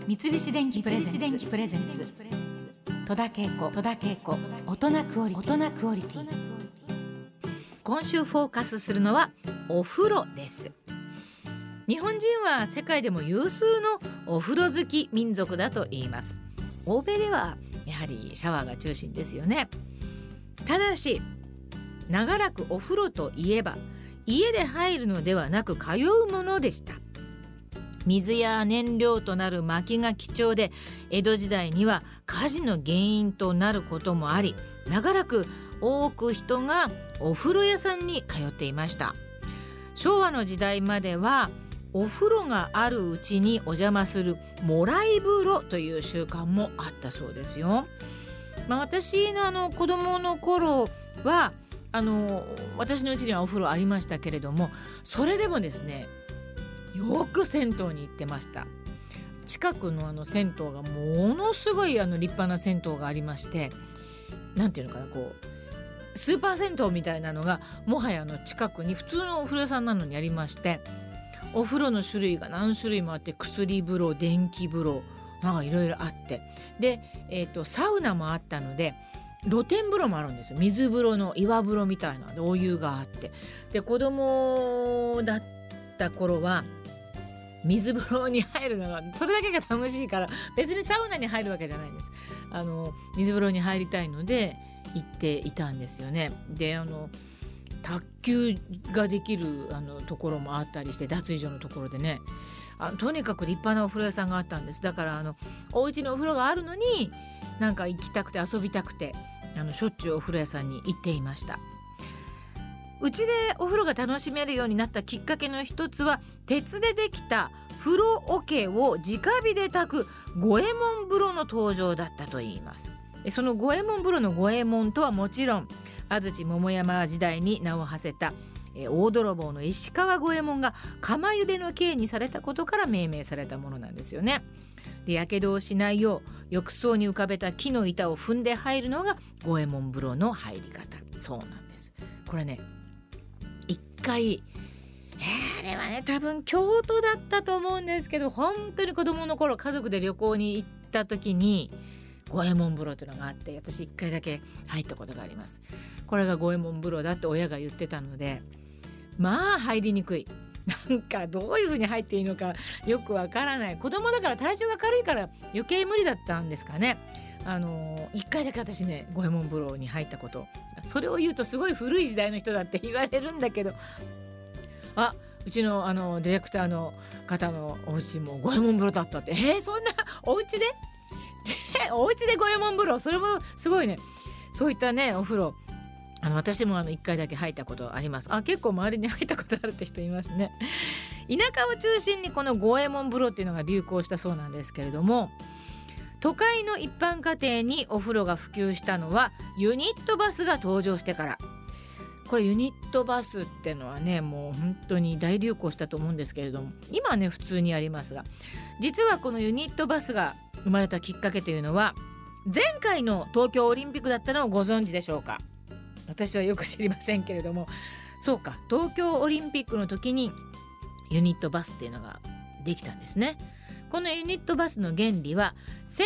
三菱電機プレゼンツ戸田恵子大人クオリティ。 今週フォーカスするのはお風呂です。日本人は世界でも有数のお風呂好き民族だと言います。欧米ではやはりシャワーが中心ですよね。ただし長らくお風呂といえば家で入るのではなく通うものでした。水や燃料となる薪が貴重で、江戸時代には火事の原因となることもあり、長らく多く人がお風呂屋さんに通っていました。昭和の時代まではお風呂があるうちにお邪魔するもらい風呂という習慣もあったそうですよ。私の子供の頃は私のうちにはお風呂ありましたけれども、それでもですねよく銭湯に行ってました。近くの銭湯がものすごい立派な銭湯がありまして、なんていうのかな、スーパー銭湯みたいなのがもはや近くに普通のお風呂屋さんなのにありまして、お風呂の種類が何種類もあって、薬風呂、電気風呂、なんかいろいろあって、で、サウナもあったので露天風呂もあるんですよ。水風呂の岩風呂みたいなお湯があって、で子供だった頃は水風呂に入るのがそれだけが楽しいから、別にサウナに入るわけじゃないんです。水風呂に入りたいので行っていたんですよね。で卓球ができるところもあったりして、脱衣所のところでね、とにかく立派なお風呂屋さんがあったんです。だからお家にお風呂があるのになんか行きたくて遊びたくてしょっちゅうお風呂屋さんに行っていました。うちでお風呂が楽しめるようになったきっかけの一つは、鉄でできた風呂桶を直火で炊く五右衛門風呂の登場だったといいます。その五右衛門風呂の五右衛門とはもちろん、安土桃山時代に名を馳せた大泥棒の石川五右衛門が釜茹での刑にされたことから命名されたものなんですよね。で、やけどをしないよう浴槽に浮かべた木の板を踏んで入るのが五右衛門風呂の入り方。そうなんです。これね、一回あれはね多分京都だったと思うんですけど、本当に子供の頃家族で旅行に行った時に五右衛門風呂というのがあって、私一回だけ入ったことがあります。これが五右衛門風呂だって親が言ってたので、入りにくい。なんかどういう風に入っていいのかよくわからない。子供だから体重が軽いから余計無理だったんですかね。一回だけ私ね五右衛門風呂に入ったこと、それを言うとすごい古い時代の人だって言われるんだけど、うちのディレクターの方のお家も五右衛門風呂だったって。そんなお家でお家で五右衛門風呂、それもすごいね。そういったねお風呂私も1回だけ入ったことあります。結構周りに入ったことあるって人いますね。田舎を中心にこの五右衛門風呂っていうのが流行したそうなんですけれども、都会の一般家庭にお風呂が普及したのはユニットバスが登場してから。これユニットバスってのはねもう本当に大流行したと思うんですけれども、今はね普通にありますが、実はこのユニットバスが生まれたきっかけというのは前回の東京オリンピックだったのをご存知でしょうか。私はよく知りませんけれども、そうか、東京オリンピックの時にユニットバスっていうのができたんですね。このユニットバスの原理は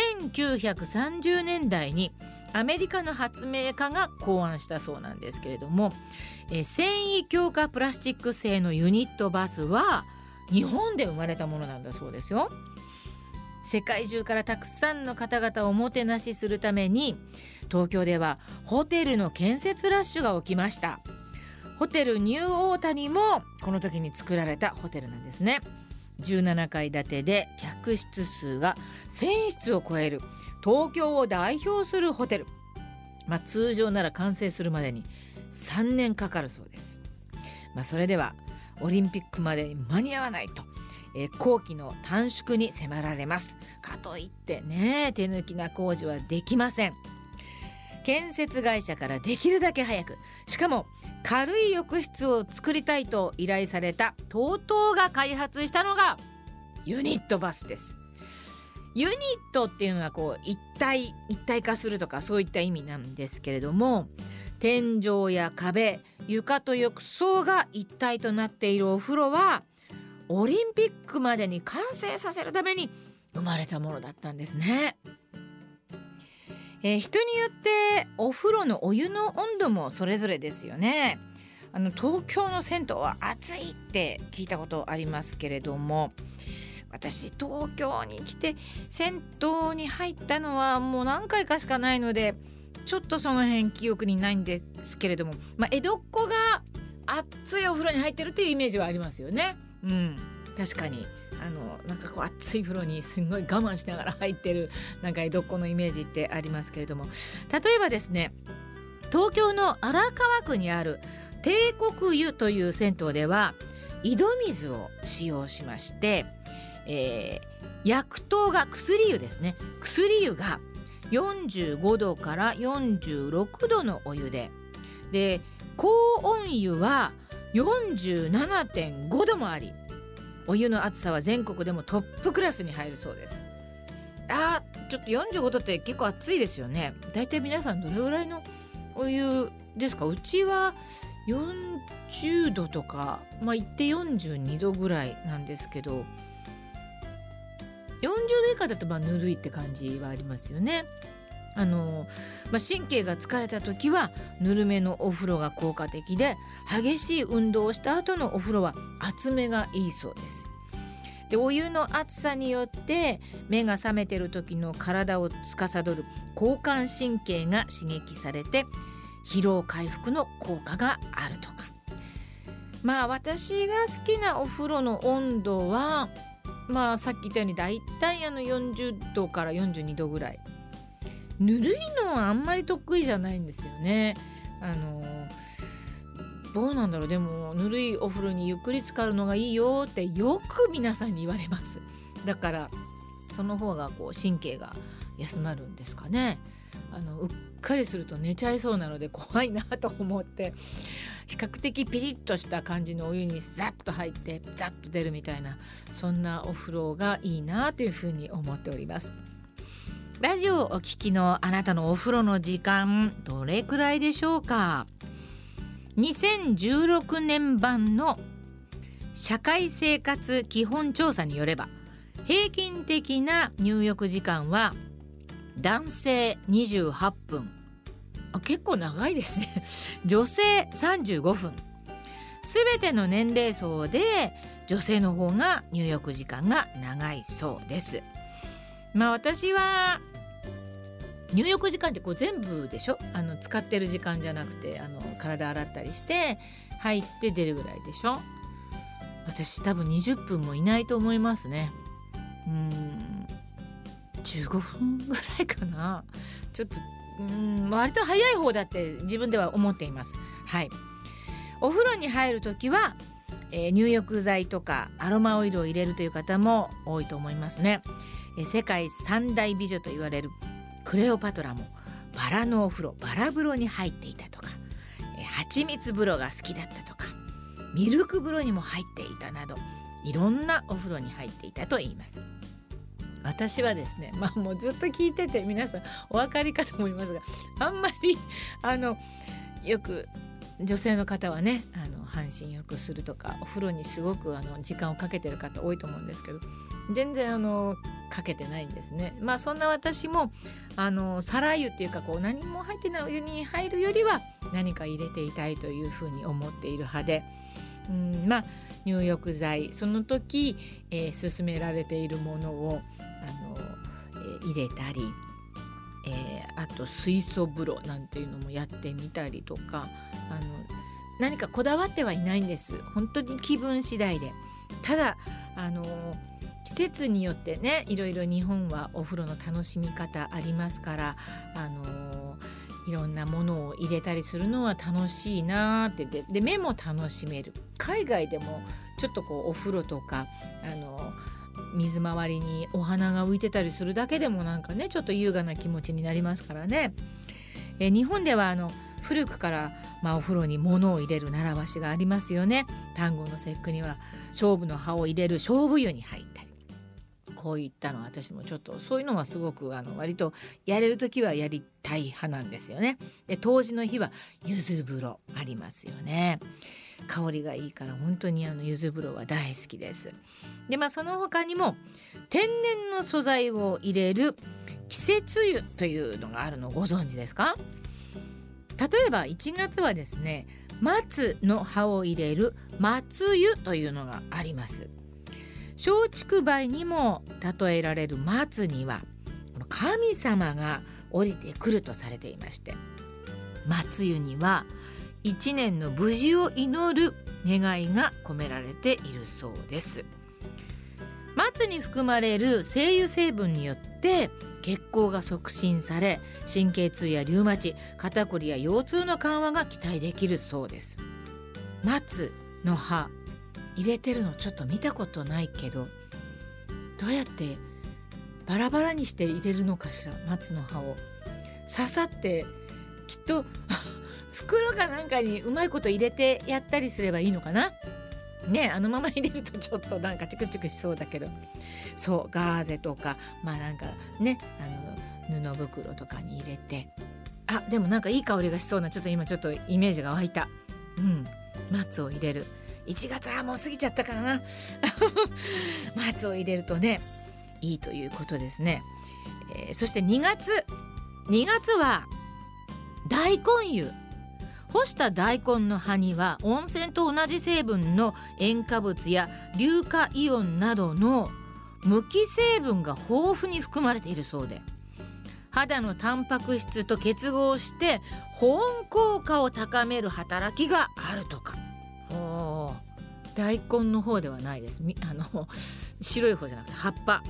1930年代にアメリカの発明家が考案したそうなんですけれども、繊維強化プラスチック製のユニットバスは日本で生まれたものなんだそうですよ。世界中からたくさんの方々をおもてなしするために東京ではホテルの建設ラッシュが起きました。ホテルニューオータニもこの時に作られたホテルなんですね。17階建てで客室数が1000室を超える東京を代表するホテル、通常なら完成するまでに3年かかるそうです。それではオリンピックまでに間に合わないと工期の短縮に迫られます。かといってね手抜きな工事はできません。建設会社からできるだけ早く、しかも軽い浴室を作りたいと依頼された TOTO が開発したのがユニットバスです。ユニットっていうのは一体化するとかそういった意味なんですけれども、天井や壁、床と浴槽が一体となっているお風呂はオリンピックまでに完成させるために生まれたものだったんですね。人によってお風呂のお湯の温度もそれぞれですよね。東京の銭湯は暑いって聞いたことありますけれども、私東京に来て銭湯に入ったのはもう何回かしかないので、ちょっとその辺記憶にないんですけれども、江戸っ子が熱いお風呂に入ってるっていうイメージはありますよね。確かになんかこう熱い風呂にすごい我慢しながら入ってるなんか江戸っ子のイメージってありますけれども、例えばですね、東京の荒川区にある帝国湯という銭湯では井戸水を使用しまして、薬湯が薬湯ですね、薬湯が45度から46度のお湯で、高温湯は 47.5 度もあり、お湯の熱さは全国でもトップクラスに入るそうです。ちょっと45度って結構熱いですよね。だいたい皆さんどれぐらいのお湯ですか？うちは40度とか、行って42度ぐらいなんですけど、40度以下だとぬるいって感じはありますよね。神経が疲れた時はぬるめのお風呂が効果的で、激しい運動をした後のお風呂は熱めがいいそうです。で、お湯の熱さによって目が覚めてる時の体を司る交感神経が刺激されて疲労回復の効果があるとか。私が好きなお風呂の温度はさっき言ったようにだいたい40度から42度ぐらい。ぬるいのはあんまり得意じゃないんですよね。どうなんだろう。でもぬるいお風呂にゆっくり浸かるのがいいよってよく皆さんに言われます。だからその方が神経が休まるんですかね。うっかりすると寝ちゃいそうなので怖いなと思って、比較的ピリッとした感じのお湯にザッと入ってザッと出るみたいな、そんなお風呂がいいなというふうに思っております。ラジオをお聞きのあなたのお風呂の時間どれくらいでしょうか。2016年版の社会生活基本調査によれば、平均的な入浴時間は男性28分、結構長いですね。女性35分。すべての年齢層で女性の方が入浴時間が長いそうです。私は入浴時間って全部でしょ。使ってる時間じゃなくて体洗ったりして入って出るぐらいでしょ。私多分20分もいないと思いますね。15分ぐらいかな。ちょっと割と早い方だって自分では思っています。はい。お風呂に入るときは、入浴剤とかアロマオイルを入れるという方も多いと思いますね。世界三大美女と言われるクレオパトラもバラのお風呂、バラ風呂に入っていたとか、蜂蜜風呂が好きだったとか、ミルク風呂にも入っていたなど、いろんなお風呂に入っていたと言います。私はですね、もうずっと聞いてて皆さんお分かりかと思いますが、あんまりよく女性の方はね、半身浴するとかお風呂にすごく時間をかけてる方多いと思うんですけど、全然かけてないんですね。そんな私も皿湯っていうか何も入ってないお湯に入るよりは何か入れていたいというふうに思っている派で、入浴剤、その時、勧められているものを入れたり、あと水素風呂なんていうのもやってみたりとか、何かこだわってはいないんです。本当に気分次第で。ただ季節によってね、いろいろ日本はお風呂の楽しみ方ありますから、いろんなものを入れたりするのは楽しいなって。で目も楽しめる。海外でもちょっとお風呂とか水回りにお花が浮いてたりするだけでもなんかね、ちょっと優雅な気持ちになりますからね。日本では古くから、お風呂に物を入れる習わしがありますよね。端午の節句には菖蒲の葉を入れる菖蒲湯に入ったり、こういったのは私もちょっとそういうのはすごく割とやれる時はやりたい派なんですよね。で、冬至の日は柚子風呂ありますよね。 香りがいいから本当に柚子風呂は大好きです。でその他にも天然の素材を入れる季節湯というのがあるのをご存知ですか？例えば1月はですね、松の葉を入れる松湯というのがあります。松竹梅にも例えられる松には神様が降りてくるとされていまして、松湯には一年の無事を祈る願いが込められているそうです。松に含まれる精油成分によって血行が促進され、神経痛やリウマチ、肩こりや腰痛の緩和が期待できるそうです。松の葉入れてるのちょっと見たことないけど、どうやってバラバラにして入れるのかしら。松の葉を刺さってきっと袋かなんかにうまいこと入れてやったりすればいいのかなね。あのまま入れるとちょっとなんかチクチクしそうだけど、そうガーゼとかなんかね、布袋とかに入れて、でもなんかいい香りがしそうな、ちょっと今ちょっとイメージが湧いた。松を入れる。1月もう過ぎちゃったからな松を入れるとねいいということですね。そして2月は大根湯。干した大根の葉には温泉と同じ成分の塩化物や硫化イオンなどの無機成分が豊富に含まれているそうで、肌のタンパク質と結合して保温効果を高める働きがあるとか。大根の方ではないです。白い方じゃなくて葉っぱ。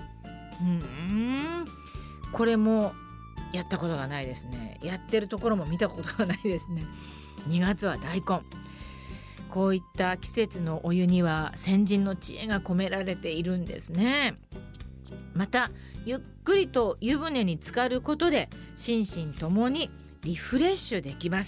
これもやったことがないですね。やってるところも見たことがないですね。2月は大根。こういった季節のお湯には先人の知恵が込められているんですね。またゆっくりと湯船に浸かることで心身ともにリフレッシュできます。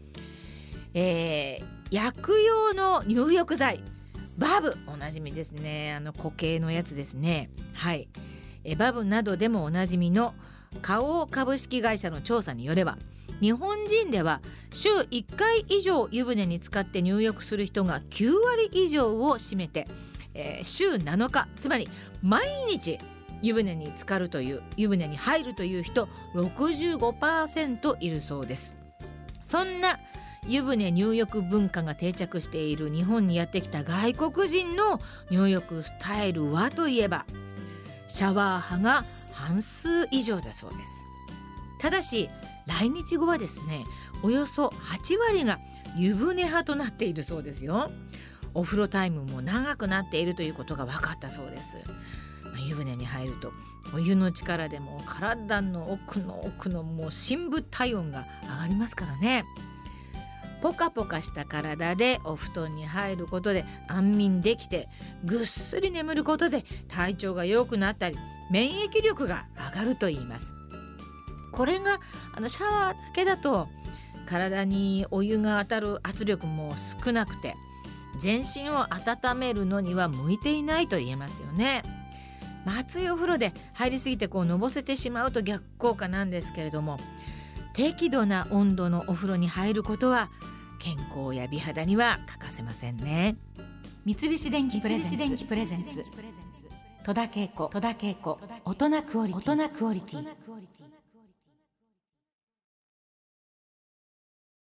薬用の入浴剤バブ、おなじみですね。固形のやつですね。バブなどでもおなじみの花王株式会社の調査によれば、日本人では週1回以上湯船に浸かって入浴する人が9割以上を占めて、週7日、つまり毎日湯船に浸かるという、湯船に入るという人 65% いるそうです。そんな湯船入浴文化が定着している日本にやってきた外国人の入浴スタイルはといえば、シャワー派が半数以上だそうです。ただし来日後はですね、およそ8割が湯船派となっているそうですよ。お風呂タイムも長くなっているということが分かったそうです。湯船に入るとお湯の力でも体の奥のもう深部体温が上がりますからね。ポカポカした体でお布団に入ることで安眠できて、ぐっすり眠ることで体調が良くなったり免疫力が上がると言います。これがシャワーだけだと体にお湯が当たる圧力も少なくて、全身を温めるのには向いていないと言えますよね。熱いお風呂で入りすぎてのぼせてしまうと逆効果なんですけれども、適度な温度のお風呂に入ることは健康や美肌には欠かせませんね。 三菱電機プレゼンツ戸田恵子大人クオリティ。